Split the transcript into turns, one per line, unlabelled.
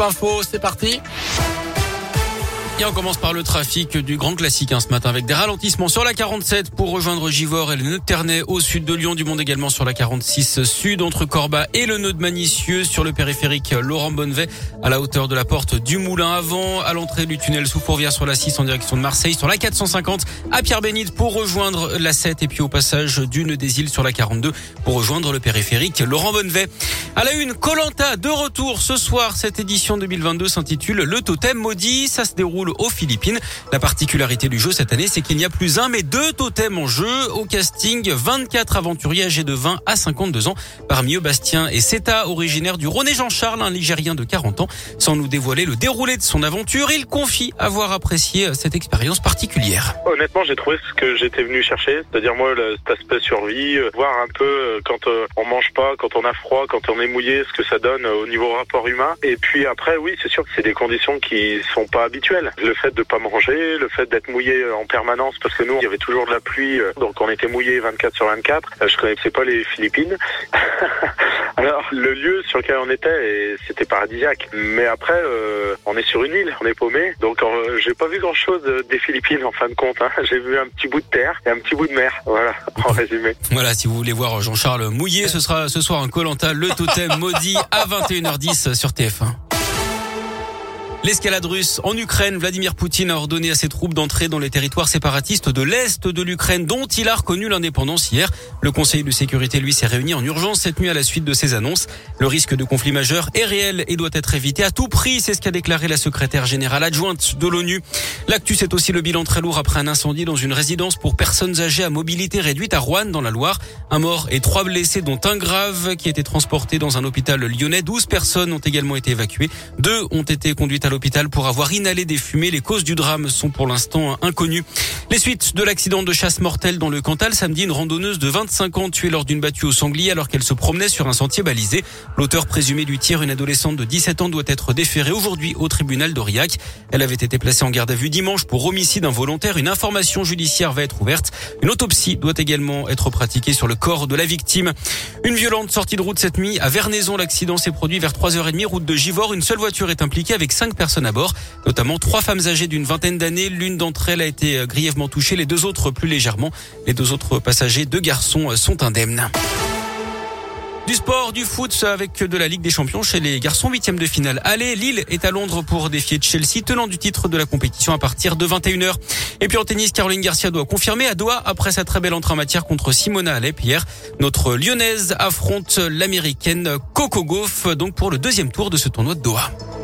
Info, c'est parti. Et on commence par le trafic du grand classique ce matin avec des ralentissements sur la 47 pour rejoindre Givors et le nœud de Ternay au sud de Lyon, du monde également sur la 46 sud entre Corba et le nœud de Manicieux, sur le périphérique Laurent Bonnevet à la hauteur de la porte du Moulin avant, à l'entrée du tunnel sous Fourvière sur la 6 en direction de Marseille, sur la 450 à Pierre-Bénite pour rejoindre la 7 et puis au passage du nœud des Îles sur la 42 pour rejoindre le périphérique Laurent Bonnevet. À la une, Koh-Lanta de retour ce soir. Cette édition 2022 s'intitule Le Totem Maudit. Ça se déroule aux Philippines. La particularité du jeu cette année, c'est qu'il n'y a plus un mais deux totems en jeu. Au casting, 24 aventuriers âgés de 20 à 52 ans. Parmi eux, Bastien et Seta, originaire du René Jean-Charles, un Ligérien de 40 ans. Sans nous dévoiler le déroulé de son aventure, il confie avoir apprécié cette expérience particulière.
Honnêtement, j'ai trouvé ce que j'étais venu chercher, c'est-à-dire moi cet aspect survie, voir un peu quand on mange pas, quand on a froid, quand on est mouillé, ce que ça donne au niveau rapport humain. Et puis après, oui, c'est sûr que c'est des conditions qui sont pas habituelles. Le fait de pas manger, le fait d'être mouillé en permanence, parce que nous, il y avait toujours de la pluie, donc on était mouillé 24/24. Je connaissais pas les Philippines. Alors, le lieu sur lequel on était, c'était paradisiaque. Mais après, on est sur une île, on est paumé, donc j'ai pas vu grand-chose des Philippines en fin de compte. J'ai vu un petit bout de terre et un petit bout de mer. Voilà, en résumé.
Voilà, si vous voulez voir Jean-Charles mouillé, ce sera ce soir un Koh-Lanta, le totem maudit à 21h10 sur TF1. L'escalade russe en Ukraine, Vladimir Poutine a ordonné à ses troupes d'entrer dans les territoires séparatistes de l'Est de l'Ukraine dont il a reconnu l'indépendance hier. Le Conseil de sécurité, lui, s'est réuni en urgence cette nuit à la suite de ces annonces. Le risque de conflit majeur est réel et doit être évité à tout prix, c'est ce qu'a déclaré la secrétaire générale adjointe de l'ONU. L'actu, c'est aussi le bilan très lourd après un incendie dans une résidence pour personnes âgées à mobilité réduite à Roanne dans la Loire. Un mort et 3 blessés dont un grave qui a été transporté dans un hôpital lyonnais. 12 personnes ont également été évacuées. 2 ont été conduites à l'hôpital pour avoir inhalé des fumées. Les causes du drame sont pour l'instant inconnues. Les suites de l'accident de chasse mortel dans le Cantal samedi, une randonneuse de 25 ans tuée lors d'une battue au sanglier alors qu'elle se promenait sur un sentier balisé. L'auteur présumé du tir, une adolescente de 17 ans, doit être déférée aujourd'hui au tribunal d'Aurillac. Elle avait été placée en garde à vue dimanche pour homicide involontaire. Une information judiciaire va être ouverte. Une autopsie doit également être pratiquée sur le corps de la victime. Une violente sortie de route cette nuit à Vernaison. L'accident s'est produit vers 3h30 route de Givors. Une seule voiture est impliquée avec 5 personnes à bord, notamment 3 femmes âgées d'une vingtaine d'années. L'une d'entre elles a été grièvement touchée, les 2 autres plus légèrement. Les 2 autres passagers, 2 garçons, sont indemnes. Du sport, du foot avec de la Ligue des Champions chez les garçons, 8e de finale. Allez, Lille est à Londres pour défier Chelsea, tenant du titre de la compétition à partir de 21h. Et puis en tennis, Caroline Garcia doit confirmer à Doha après sa très belle entrée en matière contre Simona Halep hier. Notre lyonnaise affronte l'américaine Coco Gauff donc pour le 2e tour de ce tournoi de Doha.